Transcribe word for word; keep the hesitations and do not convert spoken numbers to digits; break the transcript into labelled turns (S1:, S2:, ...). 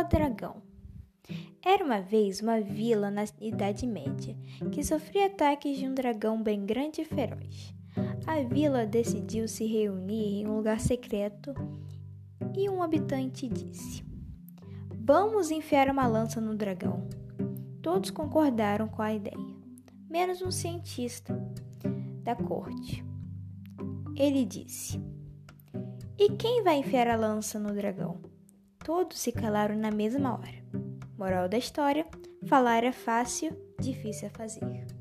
S1: dragão. Era uma vez uma vila na Idade Média que sofria ataques de um dragão bem grande e feroz. A vila decidiu se reunir em um lugar secreto e um habitante disse: "Vamos enfiar uma lança no dragão." Todos concordaram com a ideia, menos um cientista da corte. Ele disse: "E quem vai enfiar a lança no dragão?" Todos se calaram na mesma hora. Moral da história: falar é fácil, difícil é fazer.